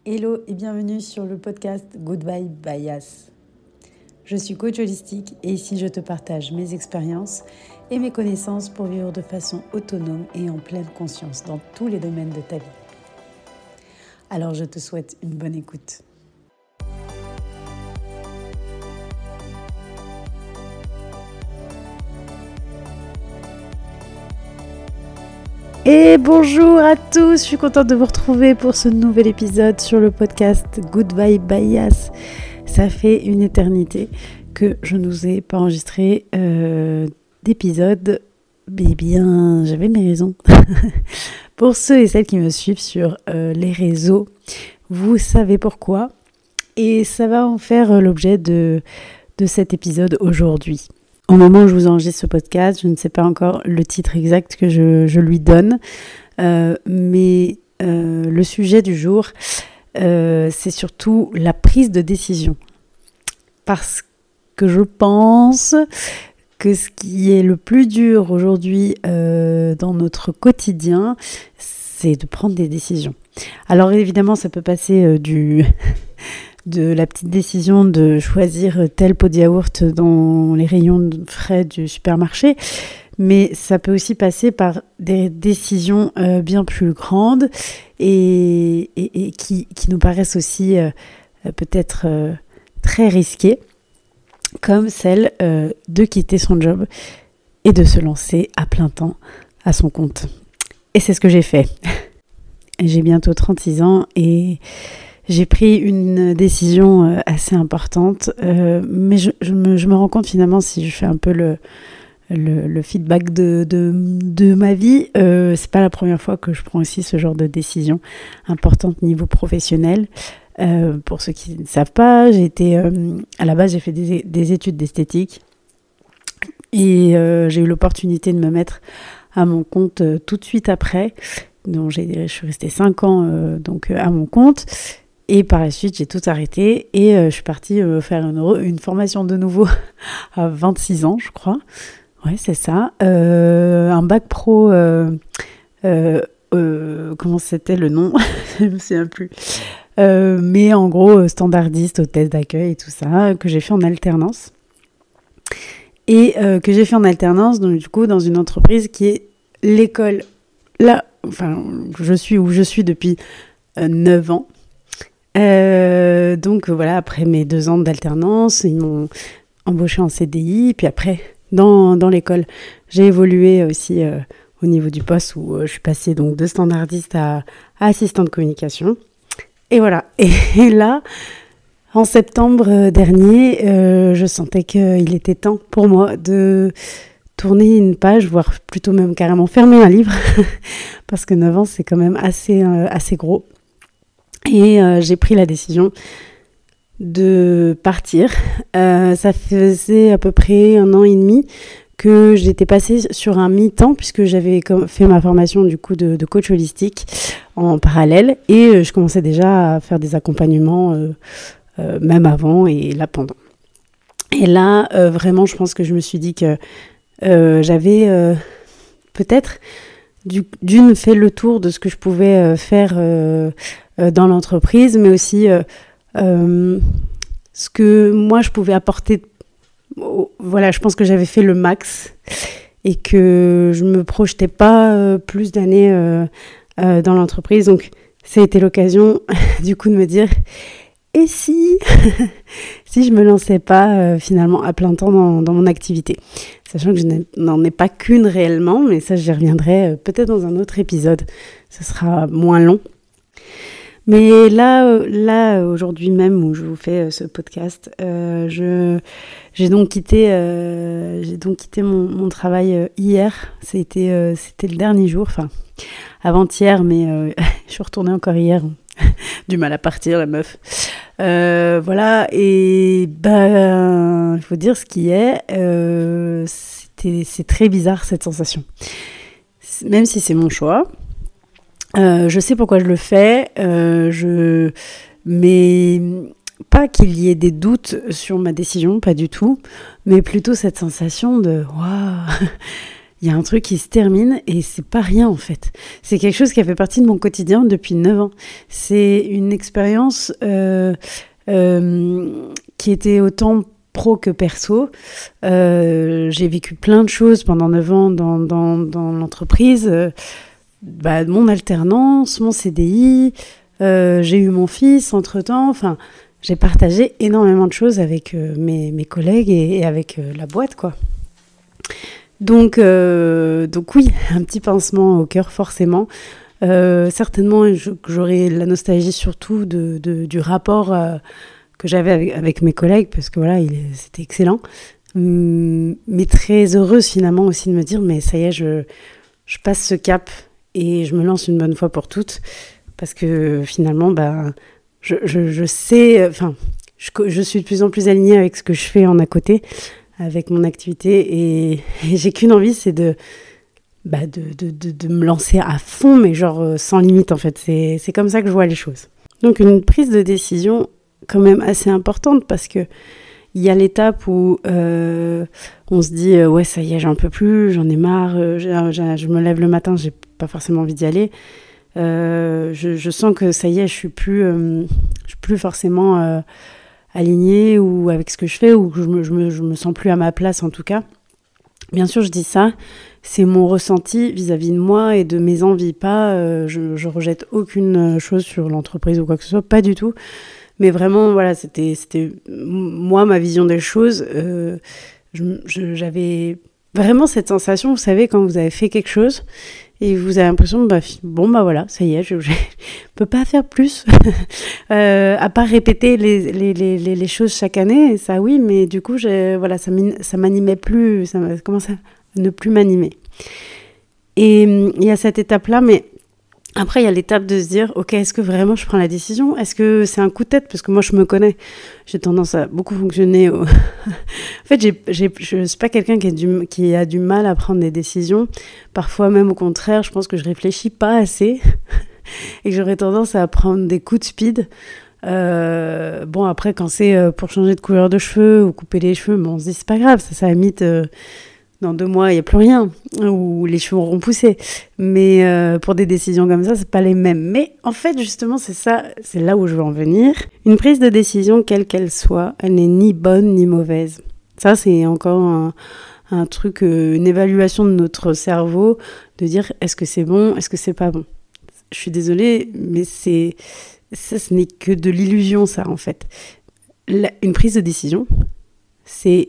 Hello et bienvenue sur le podcast Goodbye Bias. Je suis coach holistique et ici je te partage mes expériences et mes connaissances pour vivre de façon autonome et en pleine conscience dans tous les domaines de ta vie. Alors je te souhaite une bonne écoute. Et bonjour à tous, je suis contente de vous retrouver pour ce nouvel épisode sur le podcast Goodbye Bias. Ça fait une éternité que je ne vous ai pas enregistré d'épisode. Eh bien, j'avais mes raisons. Pour ceux et celles qui me suivent sur les réseaux, vous savez pourquoi. Et ça va en faire l'objet de cet épisode aujourd'hui. Au moment où je vous enregistre ce podcast, je ne sais pas encore le titre exact que je lui donne, mais le sujet du jour, c'est surtout la prise de décision. Parce que je pense que ce qui est le plus dur aujourd'hui dans notre quotidien, c'est de prendre des décisions. Alors évidemment, ça peut passer de la petite décision de choisir tel pot de yaourt dans les rayons frais du supermarché, mais ça peut aussi passer par des décisions bien plus grandes et qui nous paraissent aussi peut-être très risquées, comme celle de quitter son job et de se lancer à plein temps à son compte. Et c'est ce que j'ai fait. J'ai bientôt 36 ans et j'ai pris une décision assez importante, mais je me rends compte finalement, si je fais un peu le feedback de ma vie, c'est pas la première fois que je prends aussi ce genre de décision importante niveau professionnel. Pour ceux qui ne savent pas, à la base j'ai fait des études d'esthétique et j'ai eu l'opportunité de me mettre à mon compte tout de suite après. Donc je suis restée 5 ans à mon compte. Et par la suite, j'ai tout arrêté et je suis partie faire une formation de nouveau à 26 ans, je crois. Ouais, c'est ça. Un bac pro, comment c'était le nom ? Je ne me souviens plus. Mais en gros, standardiste, hôtesse d'accueil et tout ça, que j'ai fait en alternance. Et que j'ai fait en alternance, donc du coup, dans une entreprise qui est l'école, là, enfin, où je suis depuis 9 ans. Donc voilà, après mes 2 ans d'alternance, ils m'ont embauché en CDI, puis après dans l'école, j'ai évolué aussi au niveau du poste où je suis passée donc de standardiste à assistante de communication. Et voilà, et là, en septembre dernier, je sentais qu'il était temps pour moi de tourner une page, voire plutôt même carrément fermer un livre, parce que 9 ans c'est quand même assez gros. Et j'ai pris la décision de partir. Ça faisait à peu près 1 an et demi que j'étais passée sur un mi-temps, puisque j'avais fait ma formation du coup de coach holistique en parallèle. Et je commençais déjà à faire des accompagnements, même avant et là pendant. Et là, vraiment, je pense que je me suis dit que j'avais peut-être d'une fait le tour de ce que je pouvais faire dans l'entreprise, mais aussi ce que moi je pouvais apporter. Voilà, je pense que j'avais fait le max et que je me projetais pas plus d'années dans l'entreprise. Donc ça a été l'occasion du coup de me dire, et si je me lançais pas finalement à plein temps dans mon activité, sachant que je n'en ai pas qu'une réellement, mais ça j'y reviendrai peut-être dans un autre épisode, ce sera moins long. Mais là, aujourd'hui même où je vous fais ce podcast, j'ai donc quitté mon travail hier. C'était le dernier jour, enfin avant-hier, mais je suis retournée encore hier. Du mal à partir, la meuf. Voilà, et il faut dire ce qui est. C'est très bizarre cette sensation. Même si c'est mon choix. Je sais pourquoi je le fais, mais pas qu'il y ait des doutes sur ma décision, pas du tout, mais plutôt cette sensation de waouh, il y a un truc qui se termine et c'est pas rien en fait. C'est quelque chose qui a fait partie de mon quotidien depuis 9 ans. C'est une expérience qui était autant pro que perso. J'ai vécu plein de choses pendant 9 ans dans l'entreprise. Mon alternance, mon CDI, j'ai eu mon fils entre-temps. Enfin, j'ai partagé énormément de choses avec mes collègues et avec la boîte, quoi. Donc oui, un petit pincement au cœur, forcément. Certainement, j'aurai la nostalgie surtout du rapport que j'avais avec mes collègues, parce que voilà, c'était excellent. Mais très heureuse finalement aussi de me dire, mais ça y est, je passe ce cap et je me lance une bonne fois pour toutes, parce que finalement, je sais, enfin, je suis de plus en plus alignée avec ce que je fais en à côté, avec mon activité, et j'ai qu'une envie, c'est de me lancer à fond, mais genre sans limite en fait. C'est comme ça que je vois les choses. Donc une prise de décision quand même assez importante, parce que il y a l'étape où on se dit ouais, ça y est, j'en peux plus, j'en ai marre, je me lève le matin, j'ai pas forcément envie d'y aller. Je sens que ça y est, je suis plus forcément alignée ou avec ce que je fais, ou que je me sens plus à ma place en tout cas. Bien sûr, je dis ça, c'est mon ressenti vis-à-vis de moi et de mes envies, pas je rejette aucune chose sur l'entreprise ou quoi que ce soit, pas du tout. Mais vraiment, voilà, c'était moi, ma vision des choses. J'avais vraiment cette sensation, vous savez, quand vous avez fait quelque chose et vous avez l'impression, voilà, ça y est, je peux pas faire plus, à part répéter les choses chaque année. Et ça, oui, mais du coup, ça m'animait plus, ça commence à ne plus m'animer. Et il y a cette étape-là, mais après, il y a l'étape de se dire, ok, est-ce que vraiment je prends la décision ? Est-ce que c'est un coup de tête ? Parce que moi, je me connais. J'ai tendance à beaucoup fonctionner. En fait, je suis pas quelqu'un qui a du mal à prendre des décisions. Parfois, même au contraire, je pense que je réfléchis pas assez et que j'aurais tendance à prendre des coups de speed. Après, quand c'est pour changer de couleur de cheveux ou couper les cheveux, on se dit, c'est pas grave, ça limite... dans 2 mois, il n'y a plus rien, ou les cheveux auront poussé. Mais pour des décisions comme ça, c'est pas les mêmes. Mais en fait, justement, c'est là où je veux en venir. Une prise de décision, quelle qu'elle soit, elle n'est ni bonne ni mauvaise. Ça, c'est encore un truc, une évaluation de notre cerveau, de dire est-ce que c'est bon, est-ce que c'est pas bon. Je suis désolée, mais ce n'est que de l'illusion, ça, en fait. Une prise de décision, c'est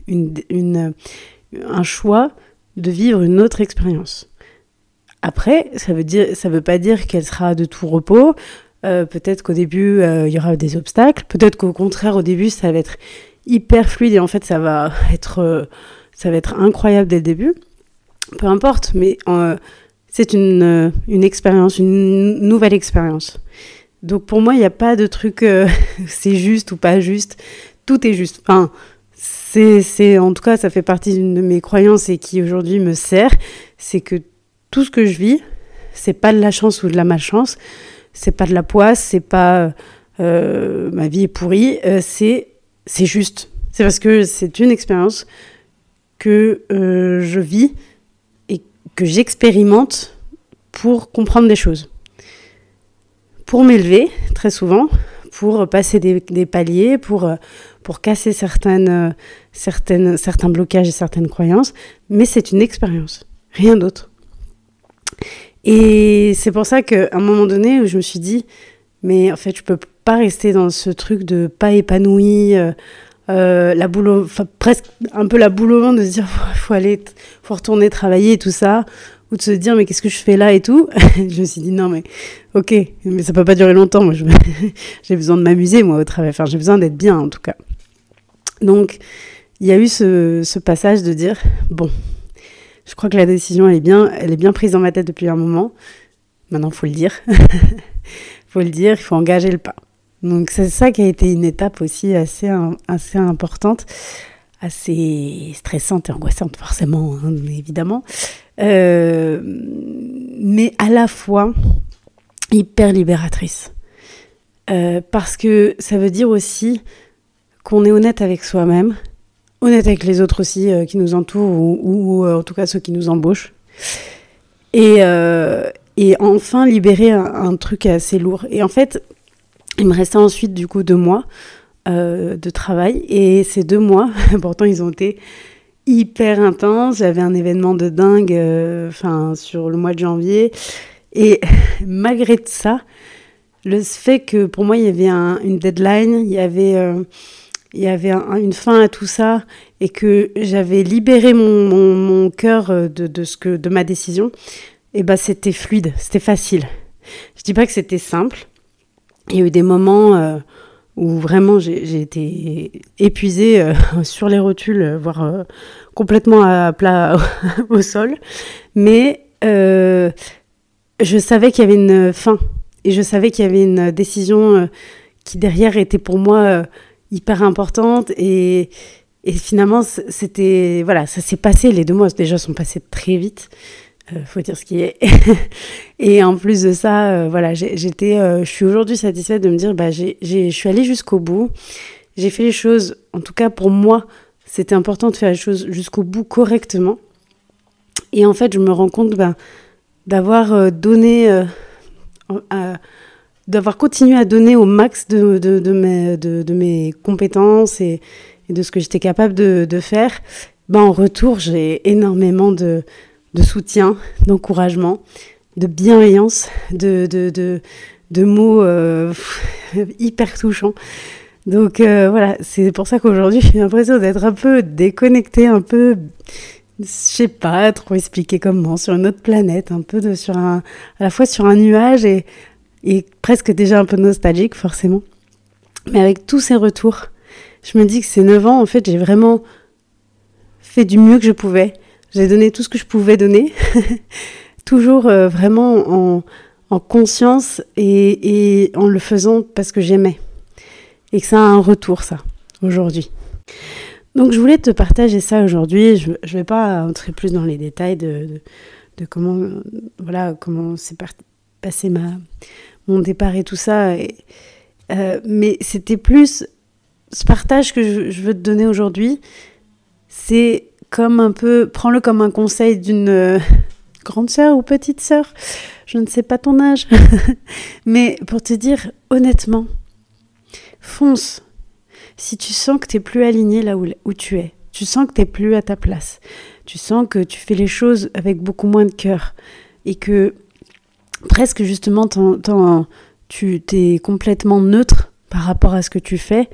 un choix de vivre une autre expérience. Après, ça veut pas dire qu'elle sera de tout repos. Peut-être qu'au début, il y aura des obstacles. Peut-être qu'au contraire, au début, ça va être hyper fluide et en fait, ça va être incroyable dès le début. Peu importe, mais c'est une expérience, une nouvelle expérience. Donc pour moi, il n'y a pas de truc c'est juste ou pas juste. Tout est juste. Enfin, en tout cas, ça fait partie d'une de mes croyances et qui aujourd'hui me sert, c'est que tout ce que je vis, c'est pas de la chance ou de la malchance, c'est pas de la poisse, c'est pas ma vie est pourrie, c'est juste. C'est parce que c'est une expérience que je vis et que j'expérimente pour comprendre des choses. Pour m'élever, très souvent, pour passer des paliers, pour casser certains blocages et certaines croyances, mais c'est une expérience, rien d'autre. Et c'est pour ça qu'à un moment donné, où je me suis dit, mais en fait, je peux pas rester dans ce truc de pas épanoui, presque un peu la boule au ventre de se dire, faut retourner travailler et tout ça, ou de se dire, mais qu'est-ce que je fais là et tout. Je me suis dit, non, mais ok, mais ça peut pas durer longtemps. Moi, j'ai besoin de m'amuser, moi, au travail. Enfin, j'ai besoin d'être bien, en tout cas. Donc, il y a eu ce passage de dire, bon, je crois que la décision, elle est bien prise dans ma tête depuis un moment. Maintenant, il faut le dire. Il faut engager le pas. Donc, c'est ça qui a été une étape aussi assez importante, assez stressante et angoissante, forcément, hein, évidemment. Mais à la fois hyper libératrice. Parce que ça veut dire aussi qu'on est honnête avec soi-même, honnête avec les autres aussi qui nous entourent ou en tout cas ceux qui nous embauchent. Et enfin libérer un truc assez lourd. Et en fait, il me restait ensuite du coup 2 mois de travail. Et ces 2 mois, pourtant ils ont été hyper intenses. J'avais un événement de dingue sur le mois de janvier. Et malgré ça, le fait que pour moi il y avait une deadline, il y avait une fin à tout ça et que j'avais libéré mon cœur de ma décision, et c'était fluide, c'était facile. Je dis pas que c'était simple. Il y a eu des moments où vraiment j'ai été épuisée sur les rotules, voire complètement à plat au sol. Mais je savais qu'il y avait une fin et je savais qu'il y avait une décision qui derrière était pour moi hyper importante et finalement c'était voilà, ça s'est passé, les 2 mois déjà sont passés très vite, faut dire ce qui est. Et en plus de ça je suis aujourd'hui satisfaite de me dire je suis allée jusqu'au bout, j'ai fait les choses, en tout cas pour moi c'était important de faire les choses jusqu'au bout correctement. Et en fait je me rends compte d'avoir donné d'avoir continué à donner au max de mes compétences et de ce que j'étais capable de faire. En retour, j'ai énormément de soutien, d'encouragement, de bienveillance, de mots hyper touchants. Donc c'est pour ça qu'aujourd'hui, j'ai l'impression d'être un peu déconnectée, un peu, je sais pas trop expliquer comment, sur une autre planète, un peu à la fois sur un nuage et presque déjà un peu nostalgique forcément. Mais avec tous ces retours, je me dis que ces 9 ans, en fait, j'ai vraiment fait du mieux que je pouvais. J'ai donné tout ce que je pouvais donner, toujours vraiment en conscience et en le faisant parce que j'aimais. Et que ça a un retour, ça, aujourd'hui. Donc je voulais te partager ça aujourd'hui. Je vais pas entrer plus dans les détails de comment s'est passé mon départ et tout ça. Mais c'était plus ce partage que je veux te donner aujourd'hui. C'est comme un peu, prends-le comme un conseil d'une grande sœur ou petite sœur. Je ne sais pas ton âge. Mais pour te dire honnêtement, fonce. Si tu sens que tu n'es plus aligné là où tu es, tu sens que tu n'es plus à ta place, tu sens que tu fais les choses avec beaucoup moins de cœur et que presque justement tu t'es complètement neutre par rapport à ce que tu fais,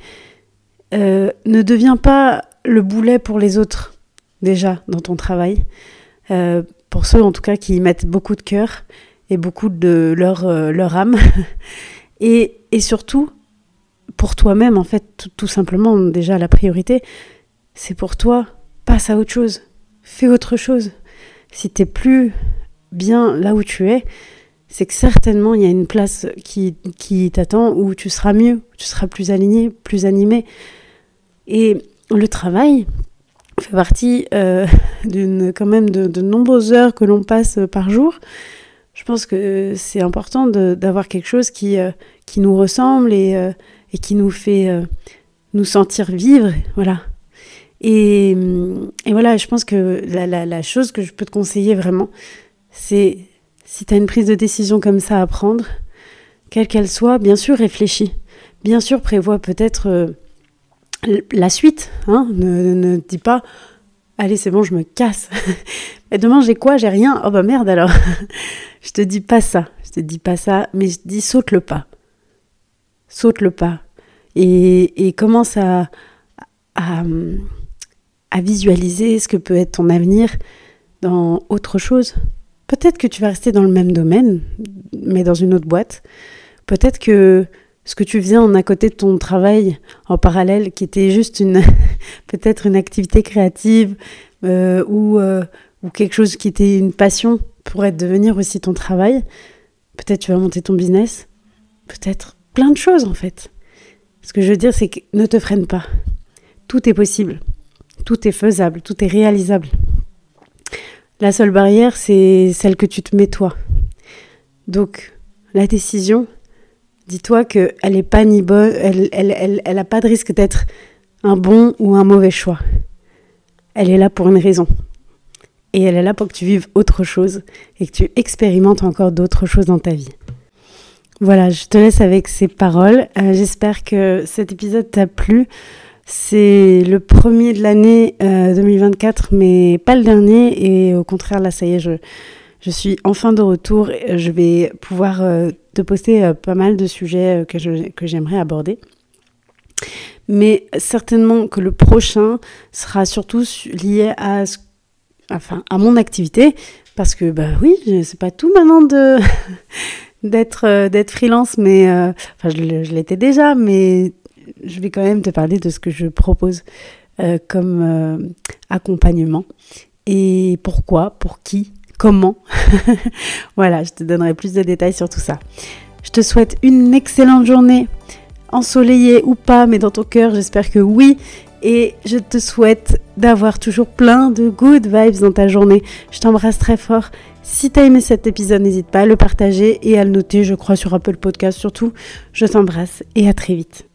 ne deviens pas le boulet pour les autres déjà dans ton travail, pour ceux en tout cas qui y mettent beaucoup de cœur et beaucoup de leur âme et surtout pour toi-même, en fait, tout simplement, déjà, la priorité, c'est pour toi. Passe à autre chose. Fais autre chose. Si t'es plus bien là où tu es, c'est que certainement, il y a une place qui t'attend où tu seras mieux, où tu seras plus aligné, plus animé. Et le travail fait partie quand même de nombreuses heures que l'on passe par jour. Je pense que c'est important d'avoir quelque chose qui nous ressemble et qui nous fait nous sentir vivre, voilà. Et voilà, je pense que la chose que je peux te conseiller vraiment, c'est si tu as une prise de décision comme ça à prendre, quelle qu'elle soit, bien sûr réfléchis, bien sûr prévois peut-être la suite, hein, ne dis pas allez c'est bon je me casse, et demain j'ai quoi, j'ai rien, oh merde alors. Je te dis pas ça, mais je dis saute le pas et commence à visualiser ce que peut être ton avenir dans autre chose. Peut-être que tu vas rester dans le même domaine, mais dans une autre boîte. Peut-être que ce que tu faisais en à côté de ton travail, en parallèle, qui était juste peut-être une activité créative ou quelque chose qui était une passion, pourrait devenir aussi ton travail. Peut-être tu vas monter ton business. Peut-être plein de choses en fait. Ce que je veux dire, c'est que ne te freine pas. Tout est possible. Tout est faisable. Tout est réalisable. La seule barrière, c'est celle que tu te mets toi. Donc, la décision, dis-toi qu'elle n'est pas ni bonne, elle a pas de risque d'être un bon ou un mauvais choix. elle est là pour une raison. Et elle est là pour que tu vives autre chose et que tu expérimentes encore d'autres choses dans ta vie. Voilà, je te laisse avec ces paroles. J'espère que cet épisode t'a plu. C'est le premier de l'année 2024, mais pas le dernier. Et au contraire, là, ça y est, je suis enfin de retour. Je vais pouvoir te poster pas mal de sujets que j'aimerais aborder. Mais certainement que le prochain sera surtout lié à mon activité. Parce que, oui, c'est pas tout maintenant d'être freelance, mais je l'étais déjà, mais je vais quand même te parler de ce que je propose comme accompagnement et pourquoi, pour qui, comment. Voilà, je te donnerai plus de détails sur tout ça. Je te souhaite une excellente journée, ensoleillée ou pas, mais dans ton cœur, j'espère que oui. Et je te souhaite d'avoir toujours plein de good vibes dans ta journée. Je t'embrasse très fort. Si tu as aimé cet épisode, n'hésite pas à le partager et à le noter, je crois, sur Apple Podcast surtout. Je t'embrasse et à très vite.